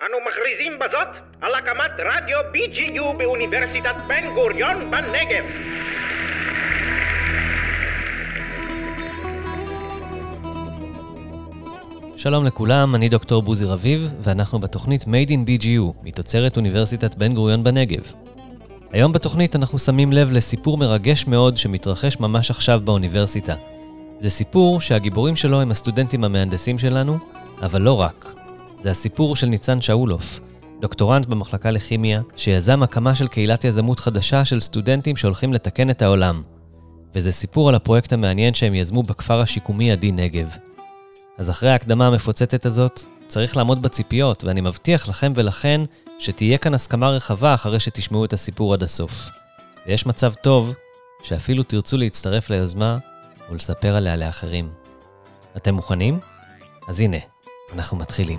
אנו מכריזים בזאת על הקמת רדיו BGU באוניברסיטת בן גוריון בנגב. שלום לכולם, אני דוקטור בוזי רביב, ואנחנו בתוכנית Made in BGU, מתוצרת אוניברסיטת בן גוריון בנגב. היום בתוכנית אנחנו שמים לב לסיפור מרגש מאוד שמתרחש ממש עכשיו באוניברסיטה. זה סיפור שהגיבורים שלו הם הסטודנטים המהנדסים שלנו, אבל לא רק. זה הסיפור של ניצן שאולוף, דוקטורנט במחלקה לכימיה, שיזם הקמה של קהילת יזמות חדשה של סטודנטים שהולכים לתקן את העולם. וזה סיפור על הפרויקט המעניין שהם יזמו בכפר השיקומי עדי נגב. אז אחרי ההקדמה המפוצצת הזאת, צריך לעמוד בציפיות, ואני מבטיח לכם ולכן שתהיה כאן הסכמה רחבה אחרי שתשמעו את הסיפור עד הסוף. ויש מצב טוב שאפילו תרצו להצטרף ליוזמה ולספר עליה לאחרים. אתם מוכנים? אז הנה, אנחנו מתחילים.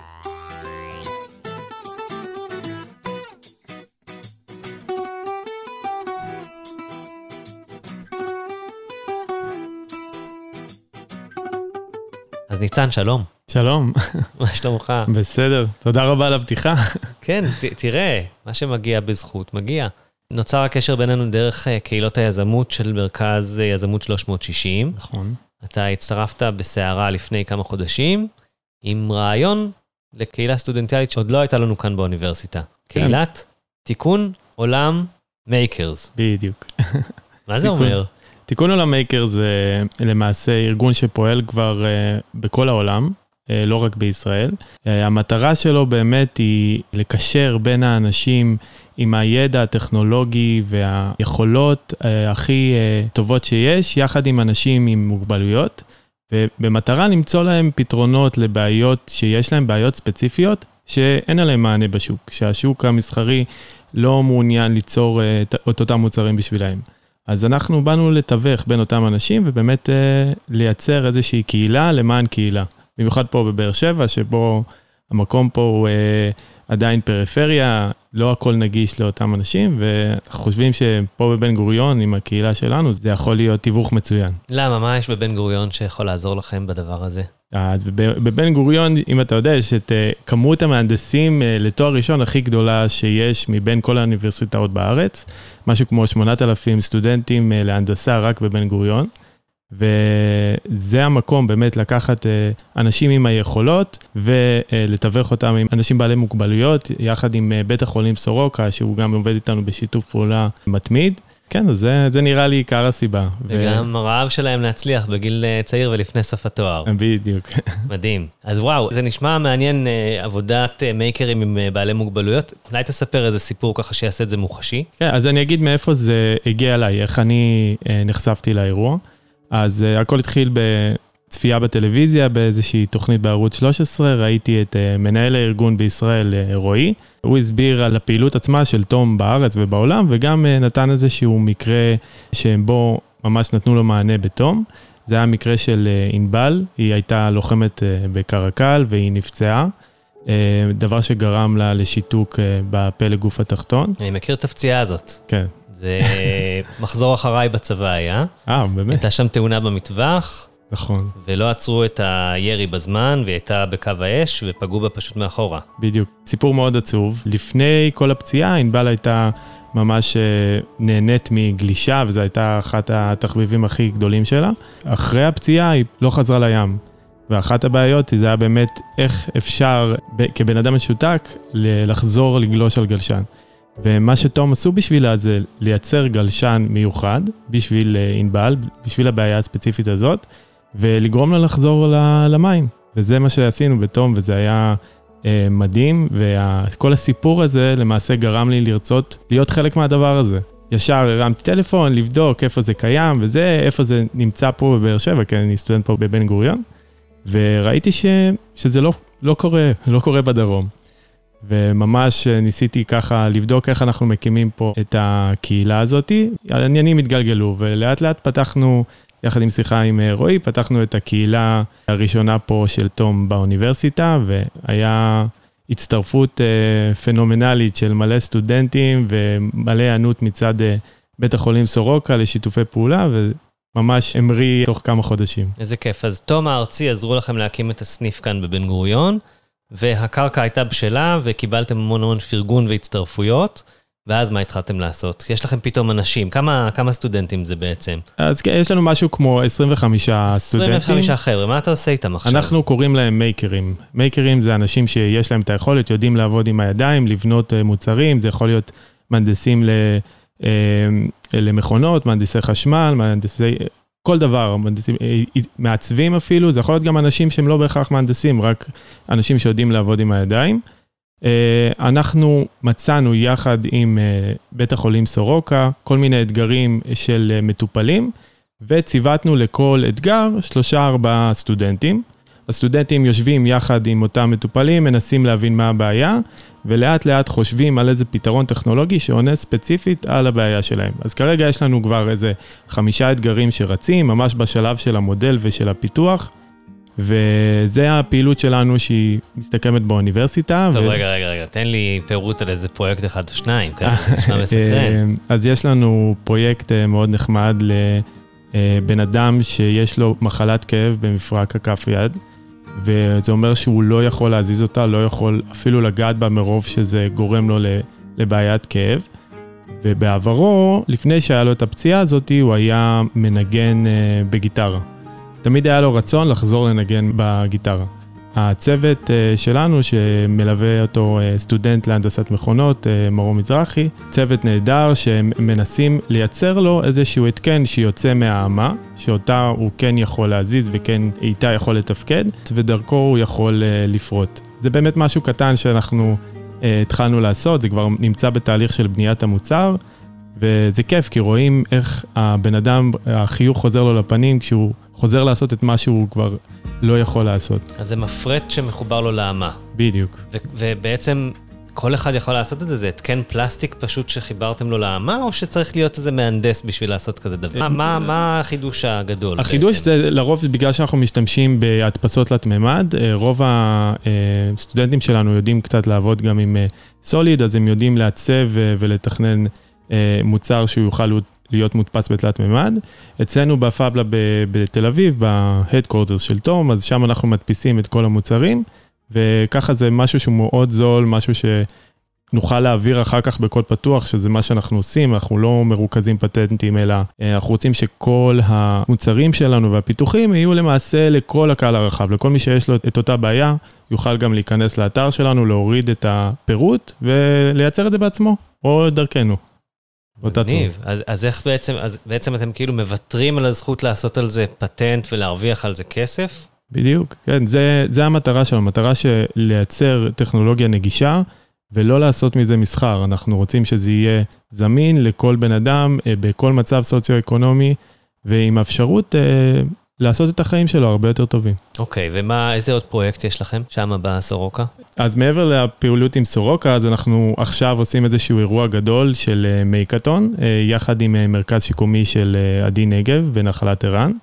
אז ניצן, שלום. שלום. מה שלומך? בסדר, תודה רבה על הפתיחה. כן, תראה, מה שמגיע בזכות מגיע. נוצר הקשר בינינו דרך קהילות היזמות של מרכז יזמות 360. נכון. אתה הצטרפת בסערה לפני כמה חודשים, עם רעיון לקהילה סטודנטיאלית שעוד לא הייתה לנו כאן באוניברסיטה. כן. קהילת תיקון עולם מייקרס. בדיוק. מה זה אומר? תיקון עולם מייקר זה למעשה ארגון שפועל כבר בכל העולם, לא רק בישראל. המטרה שלו באמת היא לקשר בין האנשים עם הידע הטכנולוגי והיכולות הכי טובות שיש, יחד עם אנשים עם מוגבלויות, ובמטרה למצוא להם פתרונות לבעיות שיש להם, בעיות ספציפיות, שאין עליהם מענה בשוק, שהשוק המסחרי לא מעוניין ליצור את אותם מוצרים בשבילהם. אז אנחנו באנו לתווך בין אותם אנשים, ובאמת לייצר איזושהי קהילה למען קהילה. במיוחד פה בבאר שבע, שבו המקום פה הוא עדיין פריפריה, לא הכל נגיש לאותם אנשים, וחושבים שפה בבן גוריון, עם הקהילה שלנו, זה יכול להיות תיווך מצוין. למה? מה יש בבן גוריון שיכול לעזור לכם בדבר הזה? אז בבן גוריון, אם אתה יודע, יש את כמות המהנדסים לתואר ראשון הכי גדולה שיש מבין כל האוניברסיטאות בארץ, משהו כמו 8,000 סטודנטים להנדסה רק בבן גוריון, וזה המקום באמת לקחת אנשים עם היכולות, ולתווך אותם עם אנשים בעלי מוגבלויות, יחד עם בית החולים סורוקה, שהוא גם עובד איתנו בשיתוף פעולה מתמיד. כן, אז זה נראה לי עיקר הסיבה. וגם הרעב שלהם להצליח בגיל צעיר ולפני סוף התואר. בדיוק. מדהים. אז וואו, זה נשמע מעניין עבודת מייקרים עם בעלי מוגבלויות. אולי תספר איזה סיפור ככה שיעשה את זה מוחשי? כן, אז אני אגיד מאיפה זה הגיע אליי, איך אני נחשפתי לאירוע. אז הכל התחיל בצפייה בטלוויזיה, באיזושהי תוכנית בערוץ 13, ראיתי את מנהל הארגון בישראל, רועי. הוא הסביר על הפעילות עצמה של תום בארץ ובעולם, וגם נתן איזשהו מקרה שבו ממש נתנו לו מענה בתום. זה היה מקרה של ענבל, היא הייתה לוחמת בקרקל והיא נפצעה, דבר שגרם לה לשיתוק בפה לגוף התחתון. אני מכיר את הפציעה הזאת. כן. זה מחזור אחריי בצבא היה. באמת? הייתה שם תאונה במטווח. נכון. ולא עצרו את הירי בזמן, והיא הייתה בקו האש, ופגעו בה פשוט מאחורה. בדיוק. סיפור מאוד עצוב. לפני כל הפציעה, ענבל הייתה ממש נהנית מגלישה, וזו הייתה אחת התחביבים הכי גדולים שלה. אחרי הפציעה, היא לא חזרה לים. ואחת הבעיות, זה היה באמת איך אפשר, כבן אדם משותק, לחזור לגלוש על גלשן. ומה שתום עשו בשבילה זה לייצר גלשן מיוחד בשביל ענבל, בשביל הבעיה הספציפית הזאת, ולגרום לה לחזור למים. וזה מה שעשינו בתום, וזה היה מדהים, וכל הסיפור הזה למעשה גרם לי לרצות להיות חלק מהדבר הזה. ישר הרמתי טלפון, לבדוק איפה זה קיים, וזה איפה זה נמצא פה בבאר שבע, כי אני סטודנט פה בבן גוריון, וראיתי שזה לא קורה בדרום. וממש ניסיתי ככה לבדוק איך אנחנו מקימים פה את הקהילה הזאת. העניינים התגלגלו, ולאט לאט פתחנו, יחד עם שיחה עם רועי, פתחנו את הקהילה הראשונה פה של תום באוניברסיטה, והיה הצטרפות פנומנלית של מלא סטודנטים, ומלא ענות מצד בית החולים סורוקה לשיתופי פעולה, וממש המריא תוך כמה חודשים. איזה כיף. אז תום הארצי עזרו לכם להקים את הסניף כאן בבן גוריון, והקרקע הייתה בשלה, וקיבלתם המון פרגון והצטרפויות, ואז מה התחלתם לעשות? יש לכם פתאום אנשים, כמה סטודנטים זה בעצם? אז יש לנו משהו כמו 25 סטודנטים. 25 חבר'ה, מה אתה עושה איתם עכשיו? אנחנו קוראים להם מייקרים. מייקרים זה אנשים שיש להם את היכולת, יודעים לעבוד עם הידיים, לבנות מוצרים, זה יכול להיות מהנדסים למכונות, מהנדסי חשמל, מהנדסי... כל דבר, מעצבים אפילו, זה יכול להיות גם אנשים שהם לא בהכרח מהנדסים, רק אנשים שיודעים לעבוד עם הידיים. אנחנו מצאנו יחד עם בית החולים סורוקה, כל מיני אתגרים של מטופלים, וציוותנו לכל אתגר 3-4 סטודנטים. הסטודנטים יושבים יחד עם אותם מטופלים, מנסים להבין מה הבעיה, ולאט לאט חושבים על איזה פתרון טכנולוגי שעונה ספציפית על הבעיה שלהם. אז כרגע יש לנו כבר איזה 5 אתגרים שרצים, ממש בשלב של המודל ושל הפיתוח, וזה הפעילות שלנו שהיא מסתכמת באוניברסיטה. טוב, רגע, תן לי פירוט על איזה פרויקט אחד או שניים, כאן נשמע מסקרן. אז יש לנו פרויקט מאוד נחמד לבן אדם שיש לו מחלת כאב במפרק הכף יד, וזה אומר שהוא לא יכול להזיז אותה, לא יכול אפילו לגעת בה מרוב שזה גורם לו לבעיית כאב. ובעברו, לפני שהיה לו את הפציעה הזאת, הוא היה מנגן בגיטרה. תמיד היה לו רצון לחזור לנגן בגיטרה. הצוות שלנו שמלווה אותו סטודנט להנדסת מכונות, מרום מזרחי, צוות נהדר שמנסים לייצר לו איזשהו התקן שיוצא מהאמה, שאותה הוא כן יכול להזיז וכן איתה יכול לתפקד, ודרכו הוא יכול לפרוט. זה באמת משהו קטן שאנחנו התחלנו לעשות, זה כבר נמצא בתהליך של בניית המוצר, וזה כיף כי רואים איך הבן אדם, החיוך חוזר לו לפנים כשהוא חוזר לעשות את מה שהוא כבר לא יכול לעשות. אז זה מפרט שמחובר לו לאמה. בדיוק. ובעצם כל אחד יכול לעשות את זה? זה התקן פלסטיק פשוט שחיברתם לו לאמה, או שצריך להיות איזה מהנדס בשביל לעשות כזה דבר? מה החידוש הגדול? החידוש זה לרוב בגלל שאנחנו משתמשים בהדפסות לתממד, רוב הסטודנטים שלנו יודעים קצת לעבוד גם עם סוליד, אז הם יודעים לעצב ולתכנן מוצר שהוא יוכל להיות מודפס בתלת ממד. אצלנו בפאבלה בתל אביב, בהדקורטרס של תום, אז שם אנחנו מדפיסים את כל המוצרים, וככה זה משהו שהוא מאוד זול, משהו שנוכל להעביר אחר כך בקוד פתוח, שזה מה שאנחנו עושים, אנחנו לא מרוכזים פטנטים, אלא אנחנו רוצים שכל המוצרים שלנו והפיתוחים יהיו למעשה לכל הקהל הרחב, לכל מי שיש לו את אותה בעיה, יוכל גם להיכנס לאתר שלנו, להוריד את הפירוט, ולייצר את זה בעצמו, או דרכנו. מגניב. אז איך בעצם אתם כאילו מוותרים על הזכות לעשות על זה פטנט ולהרוויח על זה כסף? בדיוק, כן, זה המטרה שלנו, המטרה של לייצר טכנולוגיה נגישה, ולא לעשות מזה מסחר. אנחנו רוצים שזה יהיה זמין לכל בן אדם, בכל מצב סוציו-אקונומי, ועם אפשרות לעשות את החיים שלו הרבה יותר טובים. אוקיי, איזה עוד פרויקט יש לכם שם בסורוקה? אז מעבר לפעילות עם סורוקה, אז אנחנו עכשיו עושים איזשהו אירוע גדול של מייקתון, יחד עם מרכז שיקומי של עדי נגב בנחלת ערן.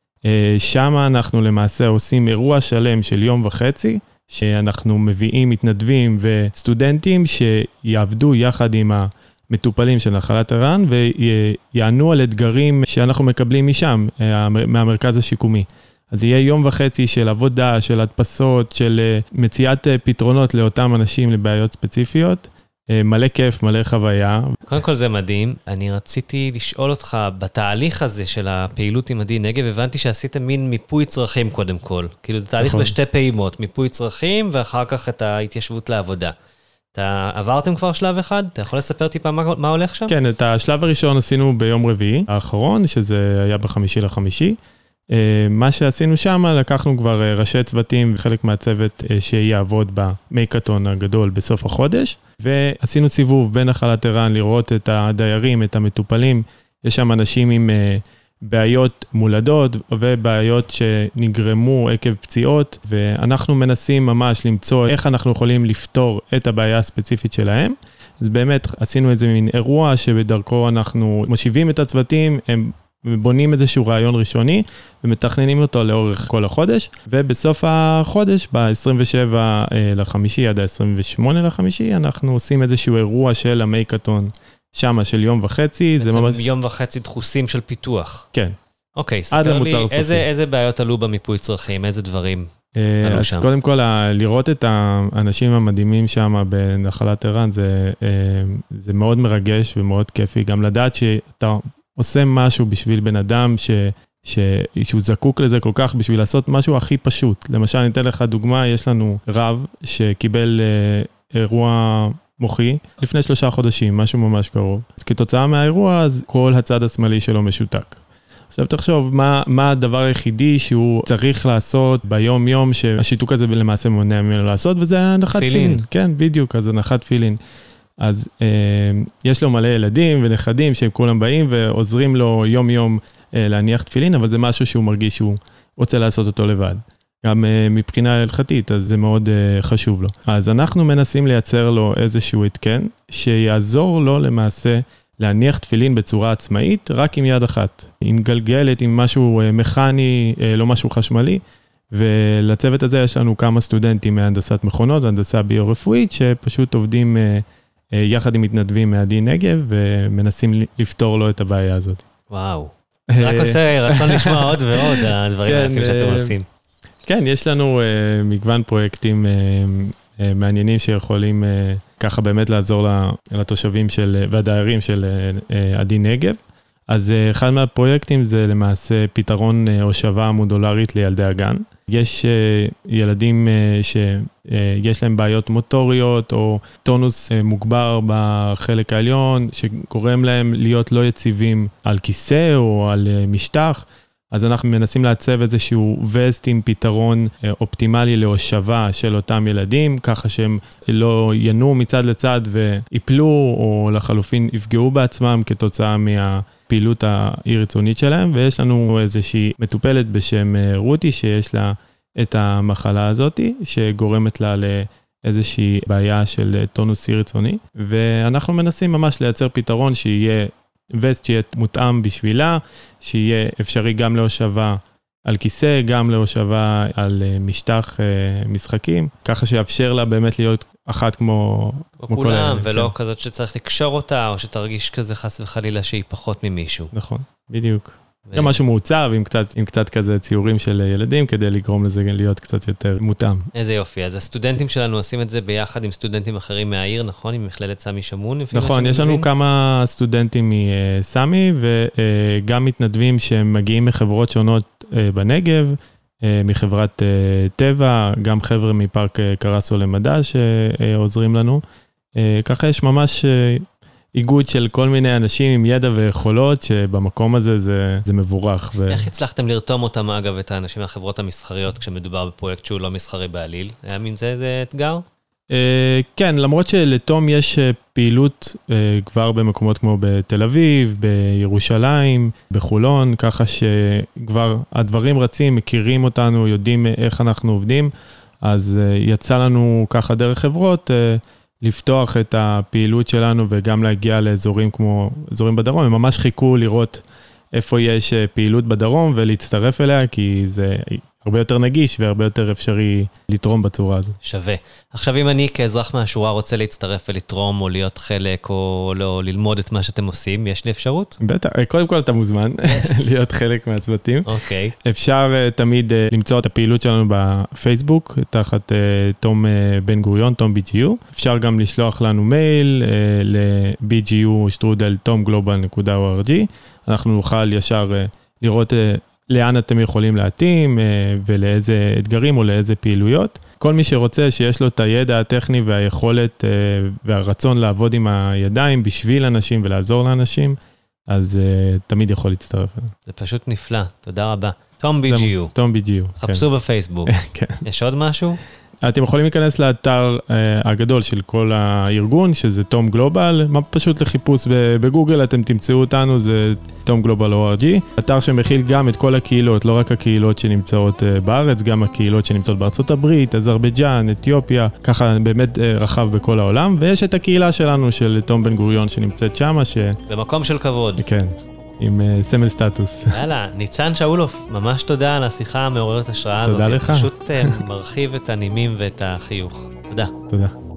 שם אנחנו למעשה עושים אירוע שלם של יום וחצי, שאנחנו מביאים מתנדבים וסטודנטים שיעבדו יחד עם המטופלים של נחלת ערן, ויענו על אתגרים שאנחנו מקבלים משם, מהמרכז השיקומי. אז יהיה יום וחצי של עבודה, של הדפסות, של מציאת פתרונות לאותם אנשים לבעיות ספציפיות. מלא כיף, מלא חוויה. קודם כל זה מדהים. אני רציתי לשאול אותך, בתהליך הזה של הפעילות עם עדי נגב, הבנתי שעשיתם מין מיפוי צרכים קודם כל. כאילו זה תהליך בשתי פעימות, מיפוי צרכים ואחר כך את ההתיישבות לעבודה. עברתם כבר שלב אחד? אתה יכול לספר טיפה מה הולך שם? כן, את השלב הראשון עשינו ביום רביעי האחרון, שזה היה ב5/5. מה שעשינו שם, לקחנו כבר ראשי צוותים וחלק מהצוות שיעבוד במייקתון הגדול בסוף החודש, ועשינו סיבוב בין נחלת ערן לראות את הדיירים, את המטופלים. יש שם אנשים עם בעיות מולדות ובעיות שנגרמו עקב פציעות, ואנחנו מנסים ממש למצוא איך אנחנו יכולים לפתור את הבעיה הספציפית שלהם. אז באמת עשינו איזה מין אירוע שבדרכו אנחנו משיבים את הצוותים, הם בונים איזשהו רעיון ראשוני, ומתכננים אותו לאורך כל החודש, ובסוף החודש, ב-27/5 עד ה-28/5, אנחנו עושים איזשהו אירוע של המייקתון, שמה של יום וחצי. זה ממש יום וחצי דחוסים של פיתוח. כן. אוקיי, ספר לי, איזה בעיות עלו במיפוי צרכים, איזה דברים? אז שם. קודם כל, לראות את האנשים המדהימים שם בנחלת ערן, זה מאוד מרגש ומאוד כיפי. גם לדעת שאתה עושה משהו בשביל בן אדם שהוא זקוק לזה כל כך, בשביל לעשות משהו הכי פשוט. למשל, אני אתן לך דוגמה, יש לנו רב שקיבל אירוע מוחי לפני 3 חודשים, משהו ממש קרוב. כתוצאה מהאירוע, אז כל הצד השמאלי שלו משותק. עכשיו תחשוב, מה הדבר היחידי שהוא צריך לעשות ביום יום, שהשיתוק הזה למעשה מונע ממנו לעשות, וזה הנחת פילין. כן, בדיוק, אז הנחת פילין. אז יש לו מלא ילדים ונכדים שהם כולם באים ועוזרים לו יום יום להניח תפילין, אבל זה משהו שהוא מרגיש שהוא רוצה לעשות אותו לבד. גם מבחינה הלכתית, אז זה מאוד חשוב לו. אז אנחנו מנסים לייצר לו איזשהו התקן, שיעזור לו למעשה להניח תפילין בצורה עצמאית, רק עם יד אחת. עם גלגלת, עם משהו מכני, לא משהו חשמלי. ולצוות הזה יש לנו כמה סטודנטים מהנדסת מכונות, והנדסה ביו-רפואית, שפשוט עובדים יחד עם מתנדבים מהדין נגב, ומנסים לפתור לו את הבעיה הזאת. וואו. רק עושה רצון לשמוע עוד ועוד, הדברים היפים שאתם עושים. כן, יש לנו מגוון פרויקטים מעניינים שיכולים ככה באמת לעזור לתושבים והדיירים של הדין נגב. אז אחד מהפרויקטים זה למעשה פתרון הושבה מודולרית לילדי הגן. יש ילדים שיש להם בעיות מוטוריות או טונוס מוגבר בחלק העליון, שגורם להם להיות לא יציבים על כיסא או על משטח. אז אנחנו מנסים לעצב איזשהו וסט עם פתרון אופטימלי להושבה של אותם ילדים, ככה שהם לא ינועו מצד לצד ויפלו, או לחלופין יפגעו בעצמם כתוצאה מהפעילות האי-רצונית שלהם. ויש לנו איזושהי מטופלת בשם רותי, שיש לה את המחלה הזאת, שגורמת לה לאיזושהי בעיה של טונוס אי-רצוני, ואנחנו מנסים ממש לייצר פתרון שיהיה וסט שיהיה מותאם בשבילה, שיהיה אפשרי גם להושבה על כיסא, גם להושבה על משטח משחקים, ככה שיאפשר לה באמת להיות אחת כמו כל כולם, ולא כזאת שצריך לקשור אותה, או שתרגיש כזה חס וחלילה שהיא פחות ממישהו. נכון, בדיוק. גם משהו מעוצב עם קצת כזה ציורים של ילדים, כדי לגרום לזה להיות קצת יותר מותאם. איזה יופי. אז הסטודנטים שלנו עושים את זה ביחד עם סטודנטים אחרים מהעיר, נכון? עם מכללת סמי שמון? נכון, יש לנו כמה סטודנטים מסמי, וגם מתנדבים שהם מגיעים מחברות שונות בנגב, מחברת טבע, גם חבר'ה מפארק קרסו למדע שעוזרים לנו. ככה יש ממש איגוד של כל מיני אנשים עם ידע ויכולות, שבמקום הזה זה מבורך. איך הצלחתם לרתום אותם, אגב, את האנשים מהחברות המסחריות, כשמדובר בפרויקט שהוא לא מסחרי בעליל? היה מין זה אתגר? כן, למרות שלתום יש פעילות כבר במקומות כמו בתל אביב, בירושלים, בחולון, ככה שכבר הדברים רצים, מכירים אותנו, יודעים איך אנחנו עובדים, אז יצא לנו ככה דרך חברות, לפתוח את הפעילות שלנו וגם להגיע לאזורים כמו אזורים בדרום. הם ממש חיכו לראות איפה יש פעילות בדרום ולהצטרף אליה, כי זה הרבה יותר נגיש והרבה יותר אפשרי לתרום בצורה הזו. שווה. עכשיו אם אני כאזרח מהשורה רוצה להצטרף ולתרום או להיות חלק או לא ללמוד את מה שאתם עושים, יש לי אפשרות? בטח, קודם כל אתה מוזמן להיות חלק מהצוותים. אוקיי. אפשר תמיד למצוא את הפעילות שלנו בפייסבוק, תחת תום בן גוריון, תום BGU. אפשר גם לשלוח לנו מייל ל-bgu@tomglobal.org. אנחנו נוכל ישר לראות לאן אתם יכולים להתאים ולאיזה אתגרים או לאיזה פעילויות. כל מי שרוצה שיש לו את הידע הטכני והיכולת והרצון לעבוד עם הידיים בשביל אנשים ולעזור לאנשים, אז תמיד יכול להצטרף. זה פשוט נפלא, תודה רבה. תום BGU. תום BGU. חפשו בפייסבוק. יש עוד משהו? אתם יכולים להיכנס לאתר הגדול של כל הארגון, שזה תום גלובל, פשוט לחיפוש בגוגל, אתם תמצאו אותנו, זה tomglobal.org, אתר שמכיל גם את כל הקהילות, לא רק הקהילות שנמצאות בארץ, גם הקהילות שנמצאות בארצות הברית, אזרבייג'אן, אתיופיה, ככה באמת רחב בכל העולם, ויש את הקהילה שלנו של תום בן גוריון שנמצאת שמה, במקום של כבוד. כן. עם סמל סטטוס. יאללה, ניצן שאולוף, ממש תודה על השיחה המעוררת השראה הזאת. תודה לך. פשוט מרחיב את הנימים ואת החיוך. תודה. תודה.